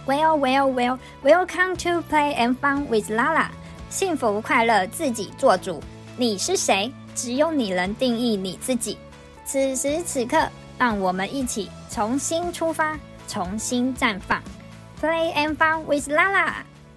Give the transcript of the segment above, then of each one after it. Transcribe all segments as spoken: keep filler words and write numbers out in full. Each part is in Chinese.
Well, well, well, welcome to Play and Fun with Lala。幸福快乐自己做主。你是谁？只有你能定义你自己。此时此刻，让我们一起重新出发，重新绽放。Play and Fun with Lala。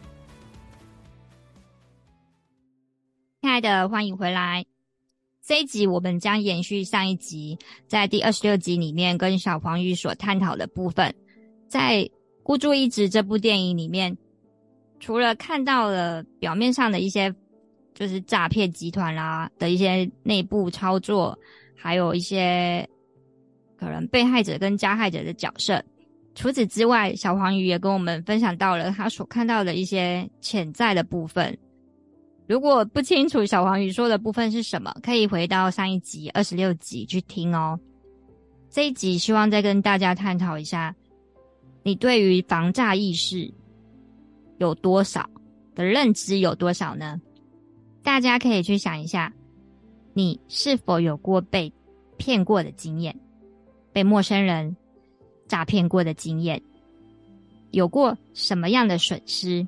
亲爱的，欢迎回来。这一集我们将延续上一集，在第二十六集里面跟小黄鱼所探讨的部分。在孤注一掷这部电影里面，除了看到了表面上的一些就是诈骗集团啦的一些内部操作，还有一些可能被害者跟加害者的角色，除此之外，小黄鱼也跟我们分享到了他所看到的一些潜在的部分。如果不清楚小黄鱼说的部分是什么，可以回到上一集二十六集去听哦。这一集希望再跟大家探讨一下，你对于防诈意识有多少的认知有多少呢？大家可以去想一下，你是否有过被骗过的经验，被陌生人诈骗过的经验，有过什么样的损失？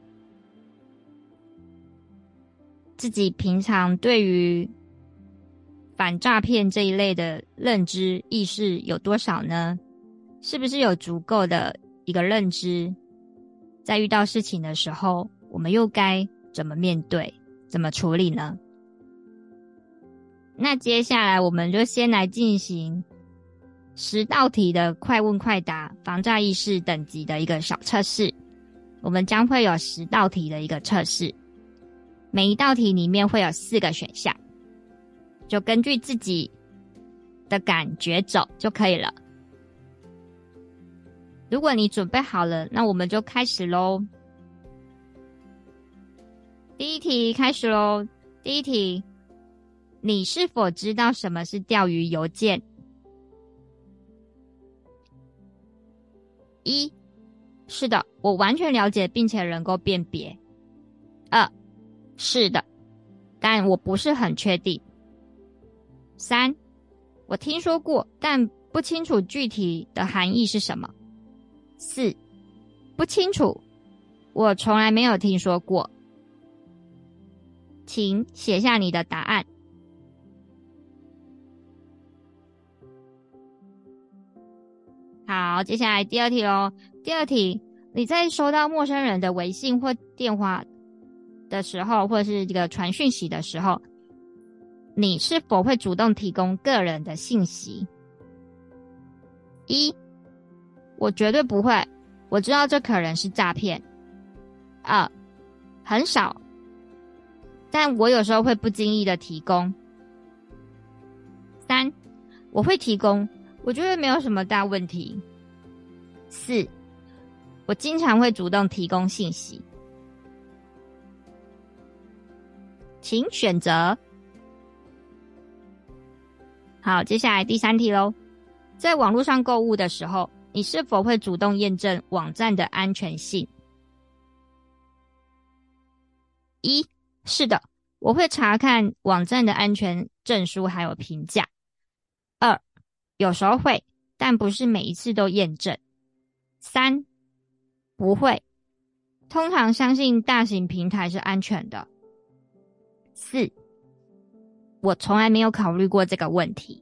自己平常对于反诈骗这一类的认知意识有多少呢？是不是有足够的一个认知，在遇到事情的时候，我们又该怎么面对，怎么处理呢？那接下来我们就先来进行十道题的快问快答防诈意识等级的一个小测试。我们将会有十道题的一个测试，每一道题里面会有四个选项，就根据自己的感觉走就可以了。如果你准备好了，那我们就开始咯。第一题开始咯。第一题，你是否知道什么是钓鱼邮件？一，是的，我完全了解并且能够辨别。二，是的，但我不是很确定。三，我听说过，但不清楚具体的含义是什么。四，不清楚，我从来没有听说过。请写下你的答案。好，接下来第二题咯。第二题，你在收到陌生人的微信或电话的时候，或者是这个传讯息的时候，你是否会主动提供个人的信息？一，我绝对不会，我知道这可能是诈骗。二，很少，但我有时候会不经意的提供。三，我会提供，我觉得没有什么大问题。四，我经常会主动提供信息。请选择。好，接下来第三题咯。在网络上购物的时候，你是否会主动验证网站的安全性？一，是的，我会查看网站的安全证书还有评价。二，有时候会，但不是每一次都验证。三，不会，通常相信大型平台是安全的。四，我从来没有考虑过这个问题。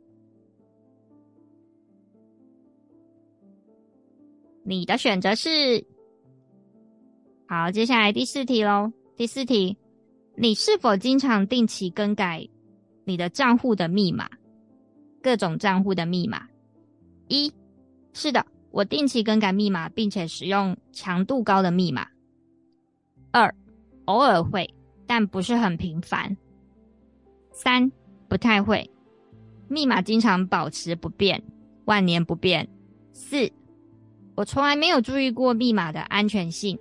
你的选择是？好，接下来第四题咯。第四题，你是否经常定期更改你的账户的密码？各种账户的密码。一，是的，我定期更改密码，并且使用强度高的密码。二，偶尔会，但不是很频繁。三，不太会，密码经常保持不变，万年不变。四，我从来没有注意过密码的安全性。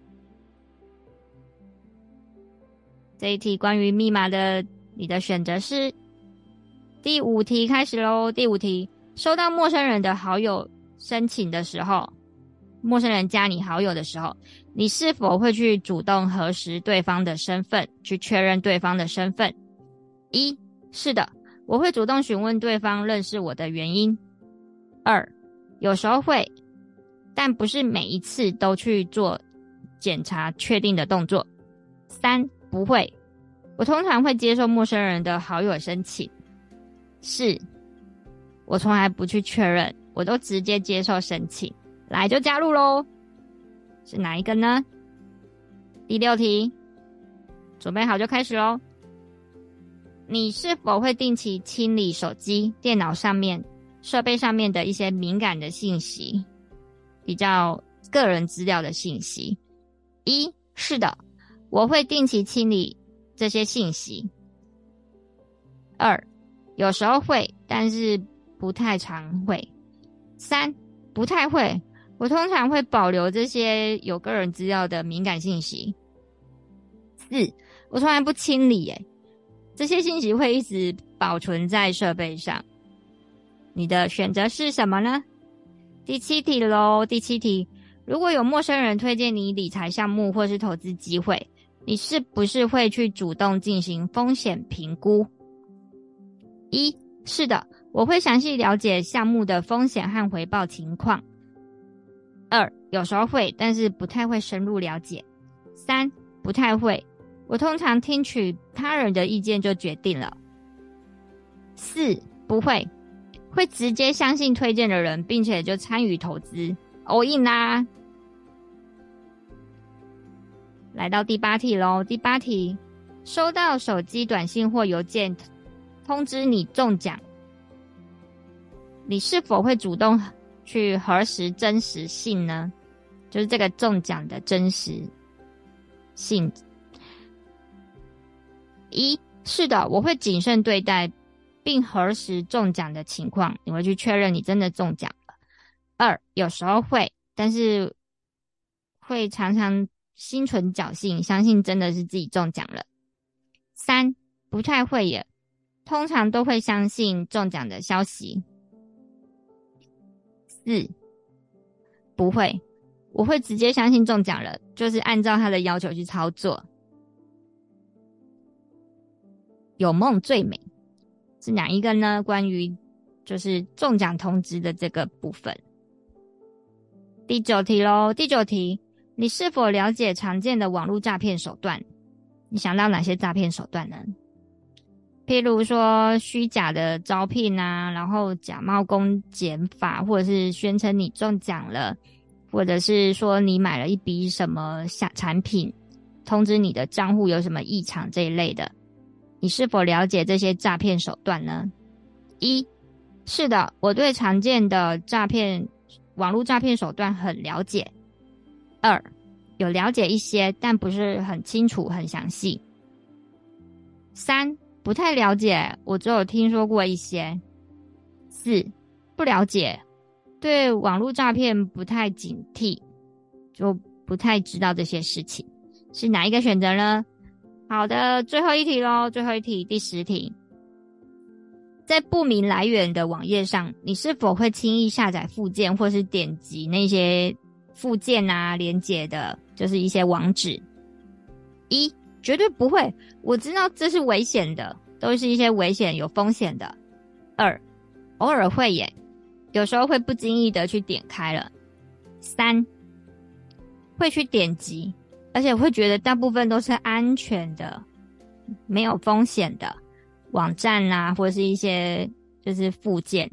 这一题关于密码的，你的选择是？第五题开始咯。第五题，收到陌生人的好友申请的时候，陌生人加你好友的时候，你是否会去主动核实对方的身份，去确认对方的身份？一，是的，我会主动询问对方认识我的原因。二，有时候会。 但不是每一次都去做检查确定的动作。三、不会，我通常会接受陌生人的好友申请。四、我从来不去确认，我都直接接受申请，来就加入咯。是哪一个呢？第六题，准备好就开始咯。你是否会定期清理手机、电脑上面、设备上面的一些敏感的信息，比较个人资料的信息？一、是的，我会定期清理这些信息。二、有时候会，但是不太常会。三、不太会，我通常会保留这些有个人资料的敏感信息。四、我从来不清理耶，这些信息会一直保存在设备上。你的选择是什么呢？第七题咯，第七题，如果有陌生人推荐你理财项目或是投资机会，你是不是会去主动进行风险评估？一、是的，我会详细了解项目的风险和回报情况。二、有时候会，但是不太会深入了解。三、不太会，我通常听取他人的意见就决定了。四、不会，会直接相信推荐的人，并且就参与投资 all in 啦。来到第八题咯，第八题，收到手机短信或邮件通知你中奖，你是否会主动去核实真实性呢？就是这个中奖的真实性。一、是的，我会谨慎对待并核实中奖的情况，你会去确认你真的中奖了。二、有时候会，但是会常常心存侥幸，相信真的是自己中奖了。三、不太会耶，通常都会相信中奖的消息。四、不会，我会直接相信中奖了，就是按照他的要求去操作。有梦最美是哪一个呢？关于就是中奖通知的这个部分。第九题咯，第九题，你是否了解常见的网络诈骗手段？你想到哪些诈骗手段呢？譬如说虚假的招聘啊，然后假冒公检法，或者是宣称你中奖了，或者是说你买了一笔什么产品，通知你的账户有什么异常这一类的。你是否了解这些诈骗手段呢？一、是的，我对常见的诈骗网络诈骗手段很了解。二、有了解一些，但不是很清楚很详细。三、不太了解，我只有听说过一些。四、不了解，对网络诈骗不太警惕，就不太知道这些事情。是哪一个选择呢？好的，最后一题咯，最后一题，第十题。在不明来源的网页上，你是否会轻易下载附件或是点击那些附件啊连结的，就是一些网址？一、绝对不会，我知道这是危险的，都是一些危险有风险的。二、偶尔会耶，有时候会不经意的去点开了。三、会去点击，而且会觉得大部分都是安全的，没有风险的网站啊，或者是一些就是附件。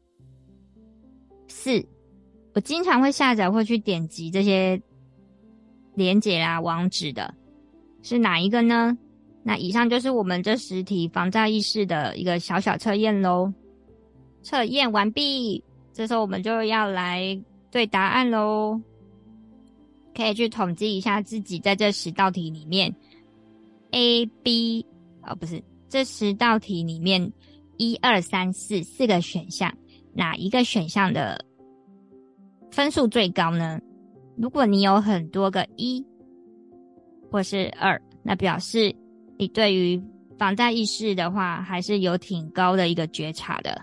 四、我经常会下载或去点击这些连结啊网址的，是哪一个呢？那以上就是我们这十题防诈意识的一个小小测验咯。测验完毕，这时候我们就要来对答案咯。可以去统计一下自己在这十道题里面 A、B 哦不是，这十道题里面一二三四四个选项，哪一个选项的分数最高呢？如果你有很多个一或是二，那表示你对于防诈意识的话还是有挺高的一个觉察的。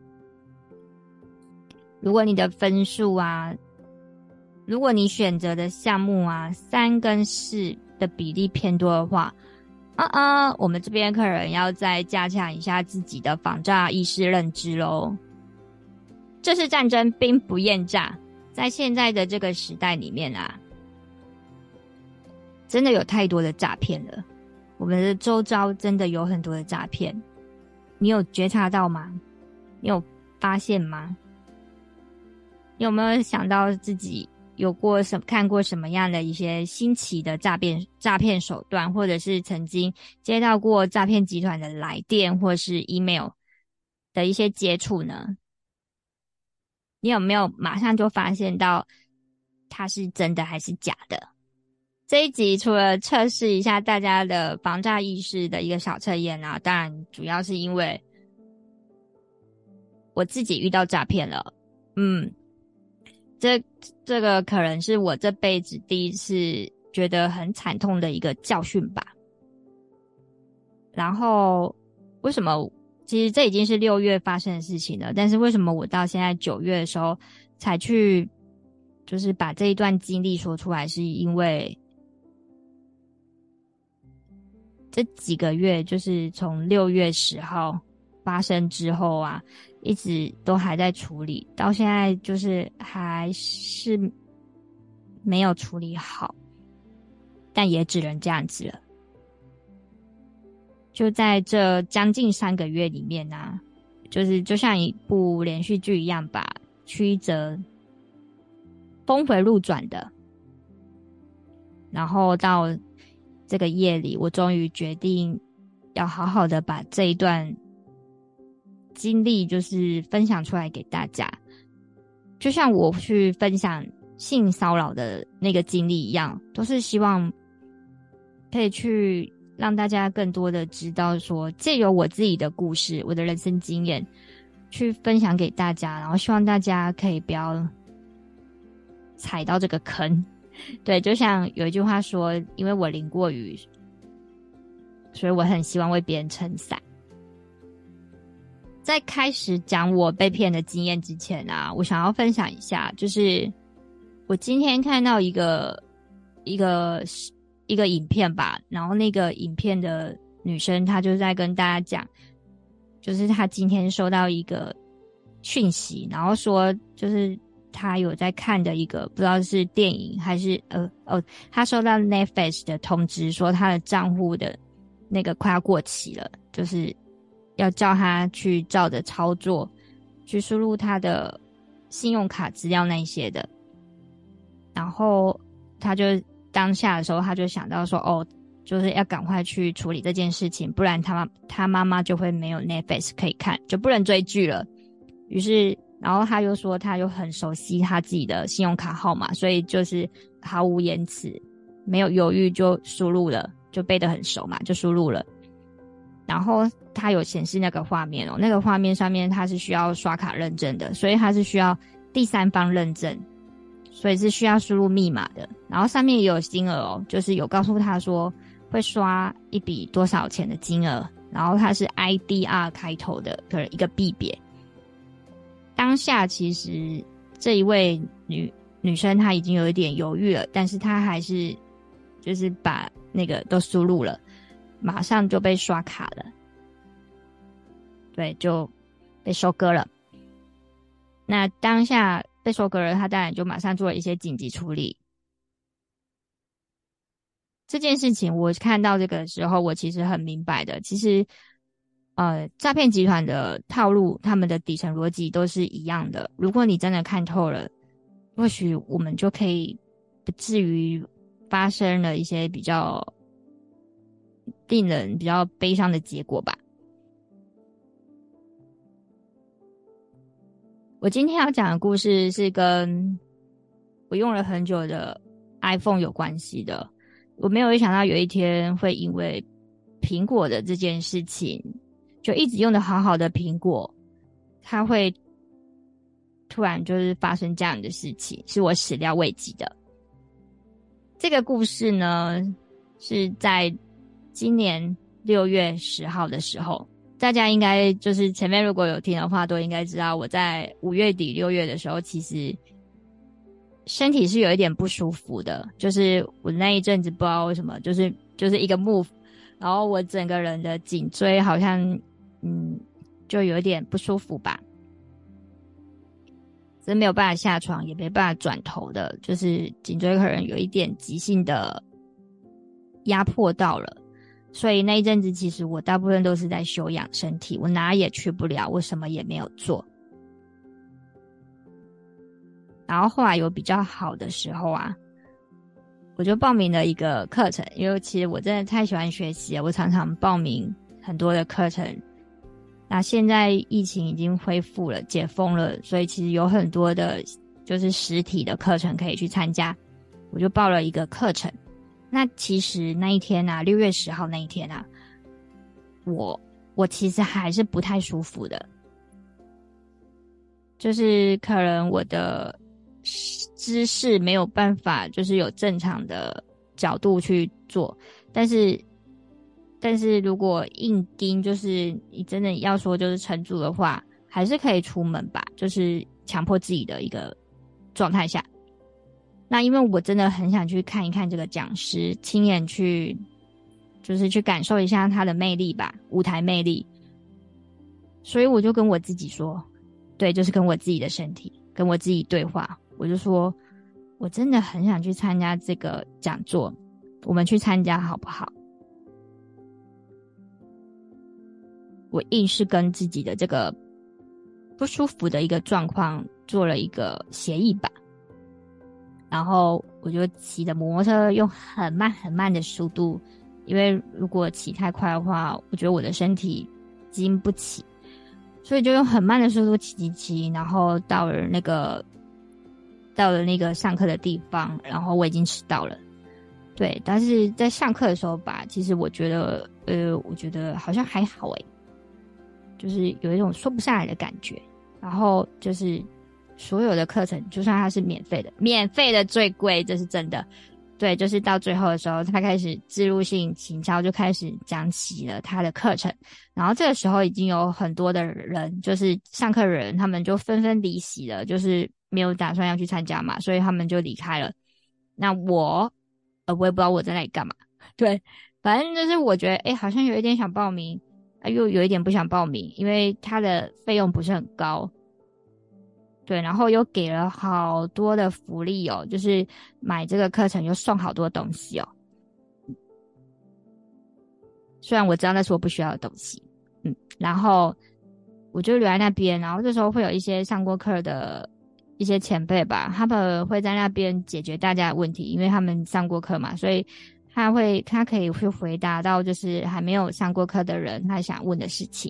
如果你的分数啊，如果你选择的项目啊三跟四的比例偏多的话，啊啊，我们这边客人要再加强一下自己的防诈意识认知咯。这是战争，兵不厌诈， 在现在的这个时代里面啊，真的有太多的诈骗了。我们的周遭真的有很多的诈骗，你有觉察到吗？你有发现吗？你有没有想到自己有过什看过什么样的一些新奇的诈骗诈骗手段，或者是曾经接到过诈骗集团的来电或是 email 的一些接触呢？你有没有马上就发现到它是真的还是假的？这一集除了测试一下大家的防诈意识的一个小测验啊，当然主要是因为我自己遇到诈骗了。嗯，这这个可能是我这辈子第一次觉得很惨痛的一个教训吧。然后为什么其实这已经是六月发生的事情了，但是为什么我到现在九月的时候才去就是把这一段经历说出来，是因为这几个月就是从六月十号发生之后啊，一直都还在处理，到现在就是还是没有处理好，但也只能这样子了。就在这将近三个月里面啊，就是就像一部连续剧一样吧，曲折峰回路转的，然后到这个夜里，我终于决定要好好的把这一段经历就是分享出来给大家，就像我去分享性骚扰的那个经历一样，都是希望可以去让大家更多的知道说，借由我自己的故事，我的人生经验去分享给大家，然后希望大家可以不要踩到这个坑。对，就像有一句话说，因为我淋过雨，所以我很希望为别人撑伞。在开始讲我被骗的经验之前啊，我想要分享一下，就是我今天看到一个一个一个影片吧，然后那个影片的女生她就在跟大家讲，就是她今天收到一个讯息，然后说就是她有在看的一个不知道是电影还是呃哦，她收到 Netflix 的通知说她的账户的那个快要过期了，就是要叫她去照着操作，去输入她的信用卡资料那一些的，然后她就当下的时候，她就想到说哦。就是要赶快去处理这件事情，不然他妈他妈妈就会没有 Netflix 可以看，就不能追剧了。于是，然后他又说他又很熟悉他自己的信用卡号码，所以就是毫无延迟，没有犹豫就输入了，就背得很熟嘛，就输入了。然后他有显示那个画面哦，那个画面上面他是需要刷卡认证的，所以他是需要第三方认证，所以是需要输入密码的。然后上面也有金额哦，就是有告诉他说会刷一笔多少钱的金额，然后它是 I D R 开头的一个币别。当下其实这一位女女生她已经有一点犹豫了，但是她还是就是把那个都输入了，马上就被刷卡了，对，就被收割了。那当下被收割了，她当然就马上做了一些紧急处理。这件事情我看到这个时候，我其实很明白的。其实，呃，诈骗集团的套路，他们的底层逻辑都是一样的。如果你真的看透了，或许我们就可以不至于发生了一些比较令人比较悲伤的结果吧。我今天要讲的故事是跟我用了很久的 iPhone 有关系的。我没有想到有一天会因为苹果的这件事情，就一直用的好好的苹果，它会突然就是发生这样的事情，是我始料未及的。这个故事呢，是在今年六月十号的时候，大家应该就是前面如果有听的话，都应该知道我在五月底六月的时候，其实身体是有一点不舒服的，就是我那一阵子不知道为什么，就是就是一个 move， 然后我整个人的颈椎好像嗯就有点不舒服吧。 是没有办法下床，也没办法转头的，就是颈椎可能有一点急性的压迫到了，所以那一阵子其实我大部分都是在休养身体，我哪也去不了，我什么也没有做。然后后来有比较好的时候啊，我就报名了一个课程，因为其实我真的太喜欢学习了，我常常报名很多的课程。那现在疫情已经恢复了，解封了，所以其实有很多的就是实体的课程可以去参加，我就报了一个课程。那其实那一天啊，六月十号那一天啊，我我其实还是不太舒服的，就是可能我的姿势没有办法就是有正常的角度去做，但是但是如果硬盯，就是你真的要说就是撑住的话，还是可以出门吧，就是强迫自己的一个状态下。那因为我真的很想去看一看这个讲师，亲眼去就是去感受一下他的魅力吧，舞台魅力。所以我就跟我自己说，对，就是跟我自己的身体跟我自己对话，我就说我真的很想去参加这个讲座，我们去参加好不好？我硬是跟自己的这个不舒服的一个状况做了一个协议吧，然后我就骑着摩托车用很慢很慢的速度，因为如果骑太快的话，我觉得我的身体经不起，所以就用很慢的速度骑骑骑，然后到了那个到了那个上课的地方，然后我已经迟到了。对，但是在上课的时候吧，其实我觉得呃我觉得好像还好诶，就是有一种说不上来的感觉。然后就是所有的课程就算它是免费的，免费的最贵，这是真的。对，就是到最后的时候他开始置入性行销，就开始讲起了他的课程，然后这个时候已经有很多的人，就是上课的人，他们就纷纷离席了，就是没有打算要去参加嘛，所以他们就离开了。那我呃我也不知道我在那里干嘛，对，反正就是我觉得诶好像有一点想报名，啊又有一点不想报名，因为它的费用不是很高。对，然后又给了好多的福利哦，就是买这个课程又送好多东西哦。虽然我知道那是我不需要的东西，嗯，然后我就留在那边，然后这时候会有一些上过课的一些前辈吧，他们会在那边解决大家的问题，因为他们上过课嘛，所以他会他可以去回答到就是还没有上过课的人他想问的事情。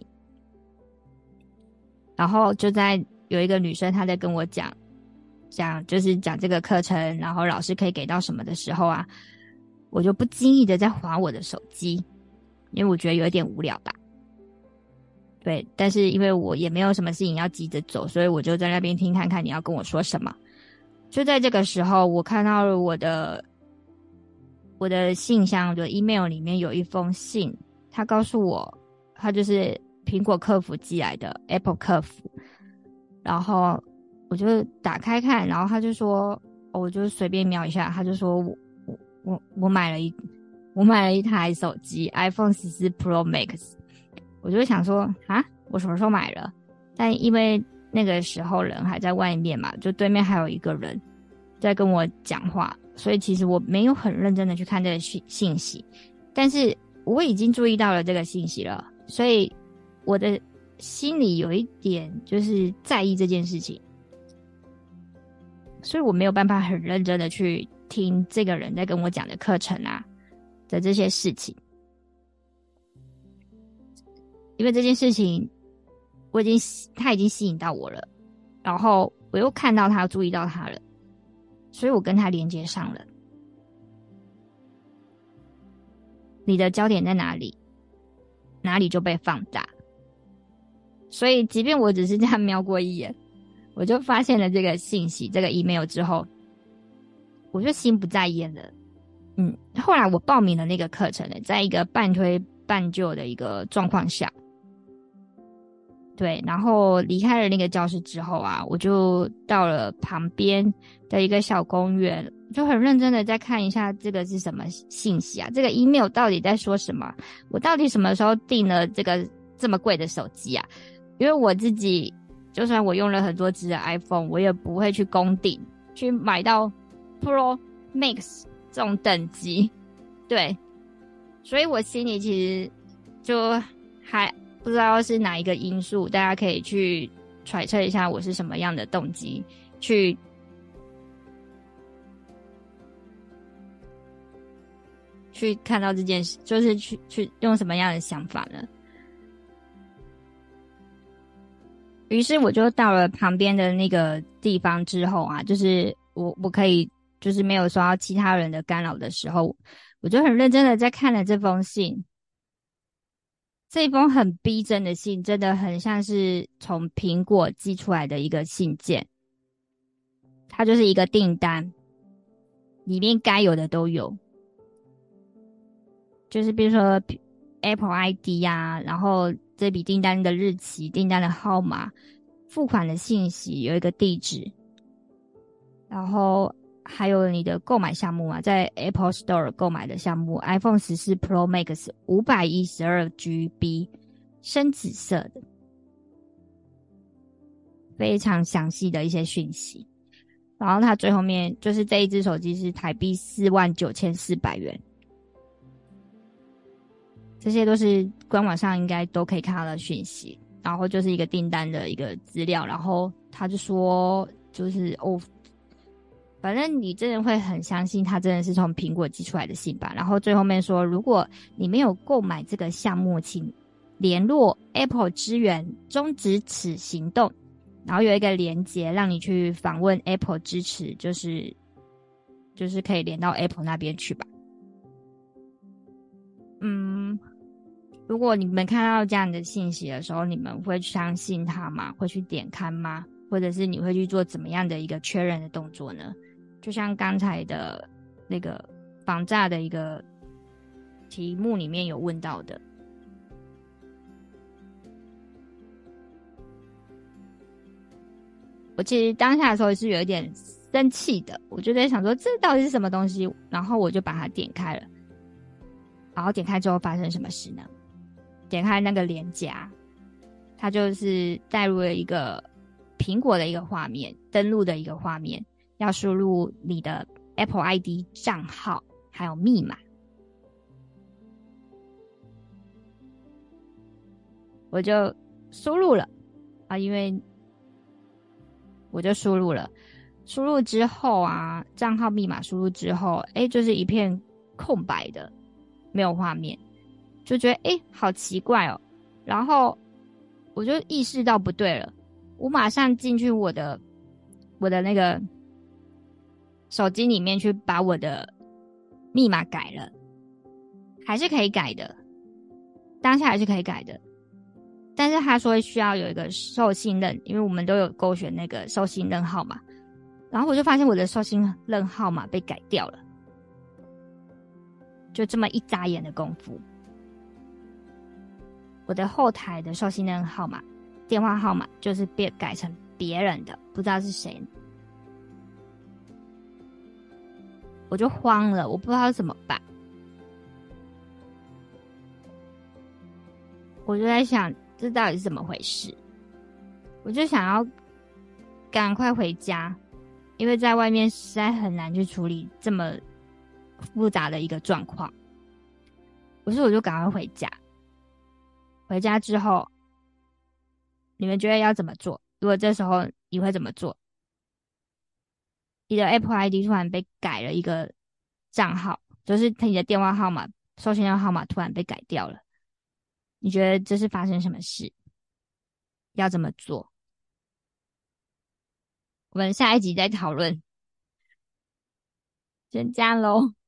然后就在有一个女生她在跟我讲讲就是讲这个课程，然后老师可以给到什么的时候啊，我就不经意的在滑我的手机，因为我觉得有一点无聊吧。对，但是因为我也没有什么事情要急着走，所以我就在那边听看看你要跟我说什么。就在这个时候，我看到了我的我的信箱，我的 email 里面有一封信，他告诉我他就是苹果客服寄来的 Apple 客服，然后我就打开看，然后他就说，哦、我就随便瞄一下，他就说我我我我买了一我买了一台手机 iPhone 十四 Pro Max， 我就想说啊，我什么时候买了？但因为那个时候人还在外面嘛，就对面还有一个人在跟我讲话，所以其实我没有很认真的去看这个信信息，但是我已经注意到了这个信息了，所以我的心里有一点就是在意这件事情，所以我没有办法很认真的去听这个人在跟我讲的课程啊的这些事情，因为这件事情我已经他已经吸引到我了，然后我又看到他注意到他了，所以我跟他连接上了。你的焦点在哪里，哪里就被放大。所以即便我只是这样瞄过一眼，我就发现了这个信息这个 email 之后，我就心不在焉了。嗯，后来我报名了那个课程了，在一个半推半就的一个状况下，对，然后离开了那个教室之后啊，我就到了旁边的一个小公园，就很认真的再看一下这个是什么信息啊，这个 email 到底在说什么，我到底什么时候订了这个这么贵的手机啊？因为我自己就算我用了很多支的 iPhone， 我也不会去攻顶，去买到 Pro Max 这种等级。对，所以我心里其实就还不知道是哪一个因素，大家可以去揣测一下我是什么样的动机去去看到这件事，就是去去用什么样的想法呢？于是我就到了旁边的那个地方之后啊，就是我我可以就是没有受到其他人的干扰的时候，我就很认真的在看了这封信。这一封很逼真的信，真的很像是从苹果寄出来的一个信件。它就是一个订单，里面该有的都有，就是比如说 Apple I D 呀、啊，然后这笔订单的日期、订单的号码、付款的信息，有一个地址，然后还有你的购买项目啊，在 Apple Store 购买的项目 ，iPhone 十四 Pro Max 五百一十二 G B 深紫色的，非常详细的一些讯息。然后它最后面就是这一只手机是台币四万九千四百元，这些都是官网上应该都可以看到的讯息。然后就是一个订单的一个资料，然后他就说就是哦，反正你真的会很相信他真的是从苹果寄出来的信吧。然后最后面说，如果你没有购买这个项目，请联络 Apple 支援，终止此行动。然后有一个连结让你去访问 Apple 支持，就是就是可以连到 Apple 那边去吧。嗯，如果你们看到这样的信息的时候，你们会相信它吗？会去点开吗？或者是你会去做怎么样的一个确认的动作呢？就像刚才的那个防诈的一个题目里面有问到的。我其实当下的时候是有一点生气的，我就在想说这到底是什么东西，然后我就把它点开了。然后点开之后发生什么事呢？点开那个连夹，它就是带入了一个苹果的一个画面，登录的一个画面，要输入你的 Apple I D 账号还有密码。我就输入了啊，因为我就输入了，输入之后啊，账号密码输入之后，诶，就是一片空白的，没有画面，就觉得诶，好奇怪哦。然后我就意识到不对了，我马上进去我的我的那个手机里面去把我的密码改了，还是可以改的，当下还是可以改的。但是他说需要有一个受信任，因为我们都有勾选那个受信任号码，然后我就发现我的受信任号码被改掉了，就这么一眨眼的功夫，我的后台的受信任号码、电话号码就是被改成别人的，不知道是谁，我就慌了，我不知道怎么办，我就在想这到底是怎么回事，我就想要赶快回家，因为在外面实在很难去处理这么复杂的一个状况，于是我就赶快回家。回家之后，你们觉得要怎么做？如果这时候你会怎么做？你的 Apple I D 突然被改了一个账号，就是你的电话号码、收信人号码突然被改掉了，你觉得这是发生什么事？要怎么做？我们下一集再讨论。先这样咯。